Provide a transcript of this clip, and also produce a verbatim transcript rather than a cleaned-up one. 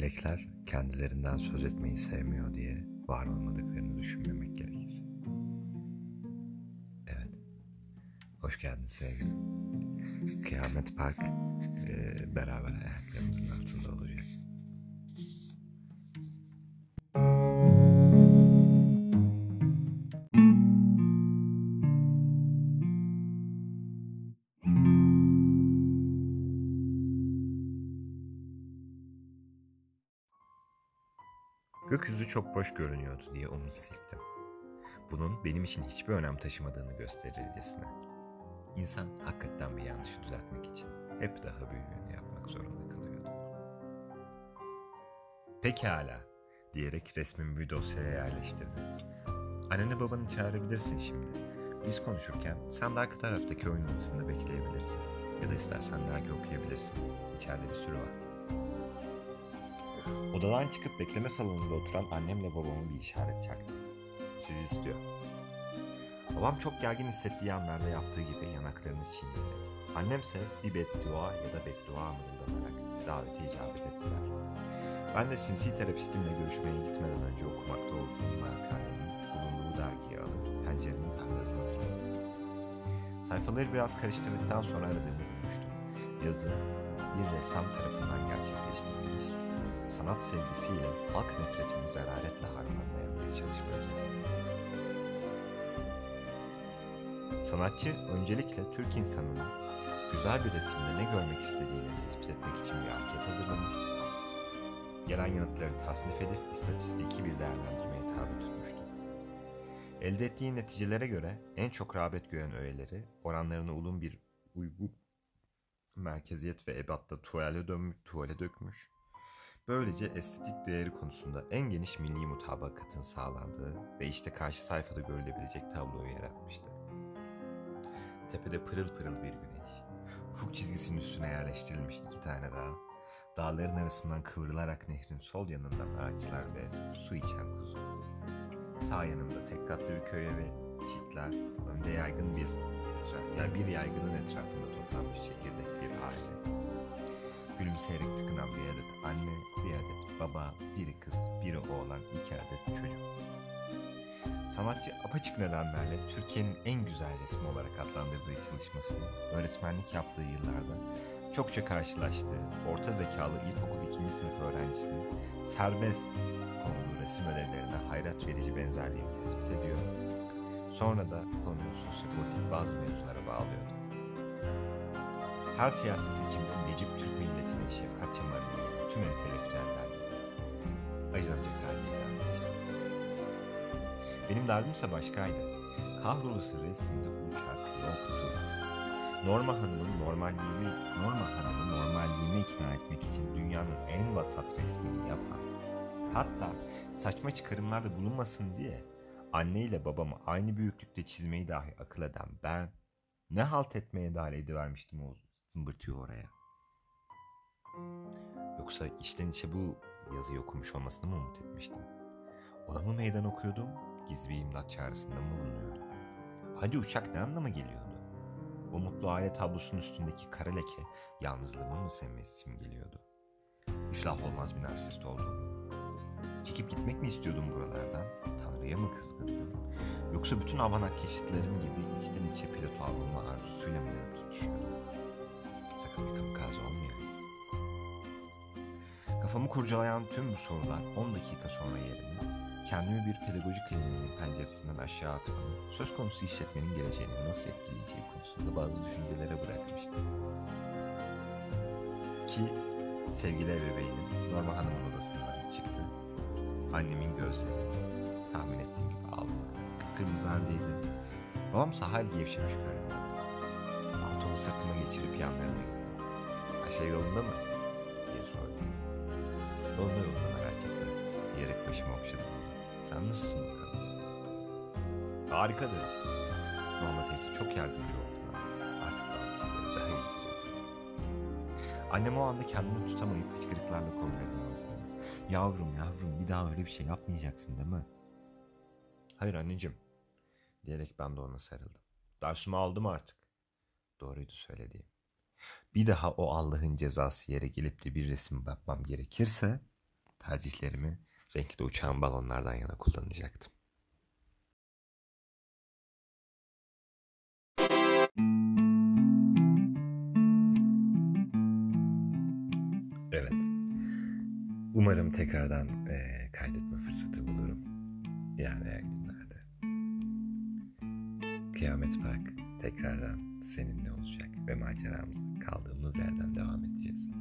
Bebekler kendilerinden söz etmeyi sevmiyor diye var olmadıklarını düşünmemek gerekir. Evet, hoş geldin sevgilim. Kıyamet Park e, beraber ayaklarımızın altında olacak. Gökyüzü çok boş görünüyordu diye onu silktim. Bunun benim için hiçbir önem taşımadığını gösterircesine. İnsan hakikaten bir yanlışı düzeltmek için hep daha büyüğünü yapmak zorunda kalıyordu. Pekala diyerek resmimi bir dosyaya yerleştirdim. Anneni babanı çağırabilirsin şimdi. Biz konuşurken sen de arka taraftaki oyun odasında bekleyebilirsin. Ya da istersen dergi okuyabilirsin. İçeride bir sürü var. Odadan çıkıp bekleme salonunda oturan annemle babama bir işaret çaktı. Sizi istiyor. Babam çok gergin hissettiği anlarda yaptığı gibi yanaklarını çiğneyerek, annemse bir beddua ya da beddua mırıldanarak davete icabet ettiler. Ben de sinsi terapistimle görüşmeye gitmeden önce okumakta olduğum makalenin bulunduğu dergiyi alıp pencerenin perdesine oturdum. Sayfaları biraz karıştırdıktan sonra aradığımı bulmuştum. Yazı bir ressam tarafından gerçekleştirilmiş. Sanat sevgisiyle halk nefretini zararetle harmanlayan bir çalışma üzerine. Sanatçı öncelikle Türk insanının güzel bir resimde ne görmek istediğini tespit etmek için bir anket hazırlamış. Gelen yanıtları tasnif edip istatistiki bir değerlendirmeye tabi tutmuştu. Elde ettiği neticelere göre en çok rağbet gören öğeleri oranlarını ulun bir uygu, merkeziyet ve ebatta tuvale, dönmüş, tuvale dökmüş. Böylece estetik değeri konusunda en geniş milli mutabakatın sağlandığı ve işte karşı sayfada görülebilecek tabloyu yaratmıştı. Tepede pırıl pırıl bir güneş, ufuk çizgisinin üstüne yerleştirilmiş iki tane dağ, dağların arasından kıvrılarak nehrin sol yanından ağaçlar ve su içen kuzu. Sağ yanında tek katlı bir köy evi, çitler, önde yaygın bir etraf, yani bir yaygının etrafında toplanmış çekirdek bir aile. Gülümseyerek tıkınan bir adet anne, bir adet baba, biri kız, biri oğlan, iki adet çocuk. Sanatçı apaçık nedenlerle Türkiye'nin en güzel resmi olarak adlandırdığı çalışmasını öğretmenlik yaptığı yıllarda çokça karşılaştığı orta zekalı ilkokul ikinci sınıf öğrencisinin serbest konulu resim ödevlerine hayret verici benzerliğini tespit ediyor. Sonra da konuyu sosyopolitik bazı mevzulara bağlıyordu. Her siyasi seçimde Necip Türk milletinin şefkat çamarını yiyen tüm entelektüeller gibi. Acınacak halde benim derdimse başkaydı. Kahrolası resimde uçak yoktu. Norma Hanım'ın normalliğimi, Norma Hanım'ın normalliğimi ikna etmek için dünyanın en vasat resmini yapan, hatta saçma çıkarımlarda bulunmasın diye anne ile babamı aynı büyüklükte çizmeyi dahi akıl eden ben ne halt etmeye dahil edivermiştim o zımbırtıyı oraya. Yoksa içten içe bu yazıyı okumuş olmasını mı umut etmiştim? Ona mı meydan okuyordum? Gizli bir imdat çağrısında mı bulunuyordu? Hadi uçak ne anlama geliyordu? O mutlu aile tablosunun üstündeki kara leke yalnızlığımı mı simgeliyordu? İflah olmaz bir narsist oldum. Çekip gitmek mi istiyordum buralardan? Tanrı'ya mı kızgındım? Yoksa bütün avanak keşitlerim gibi içten içe pilot alma arzusuyla mı yanıp tutuşuyordum? Sakın bir kamikaze olmayayım. Kafamı kurcalayan tüm bu sorular on dakika sonra yerini kendimi bir pedagoji kliniğinin penceresinden aşağı atmanın söz konusu işletmenin geleceğini nasıl etkileyeceği konusunda bazı düşüncelere bırakmıştı. Ki sevgili ebeveynim Norma Hanım'ın odasından çıktı. Annemin gözleri tahmin ettiğim gibi almadı. Kıpkırmızı haldeydi. Babamsa hal gevşemiş görünüyordu. Paltomu sırtıma geçirip yanlarına gittim. Her şey yolunda mı? diye sordum. Yolunda yolunda merak etme diyerek başımı okşadım. Sen nasılsın bakalım? Harikadır. Norma teyze çok yardımcı oldu bana. Artık bazı şeyleri daha iyi biliyorum. Annem o anda kendini tutamayıp hıçkırıklarla kollarını aldı. Yavrum yavrum bir daha öyle bir şey yapmayacaksın değil mi? Hayır anneciğim diyerek ben de ona sarıldım. Dersimi aldım artık. Doğruydu söylediğim. Bir daha o Allah'ın cezası yere gelip de bir resim bakmam gerekirse tercihlerimi renkli uçan balonlardan yana kullanacaktım. Evet. Umarım tekrardan e, kaydetme fırsatı bulurum. İlerleyen günlerde. Kıyamet Park tekrardan seninle olacak ve maceramıza kaldığımız yerden devam edeceğiz.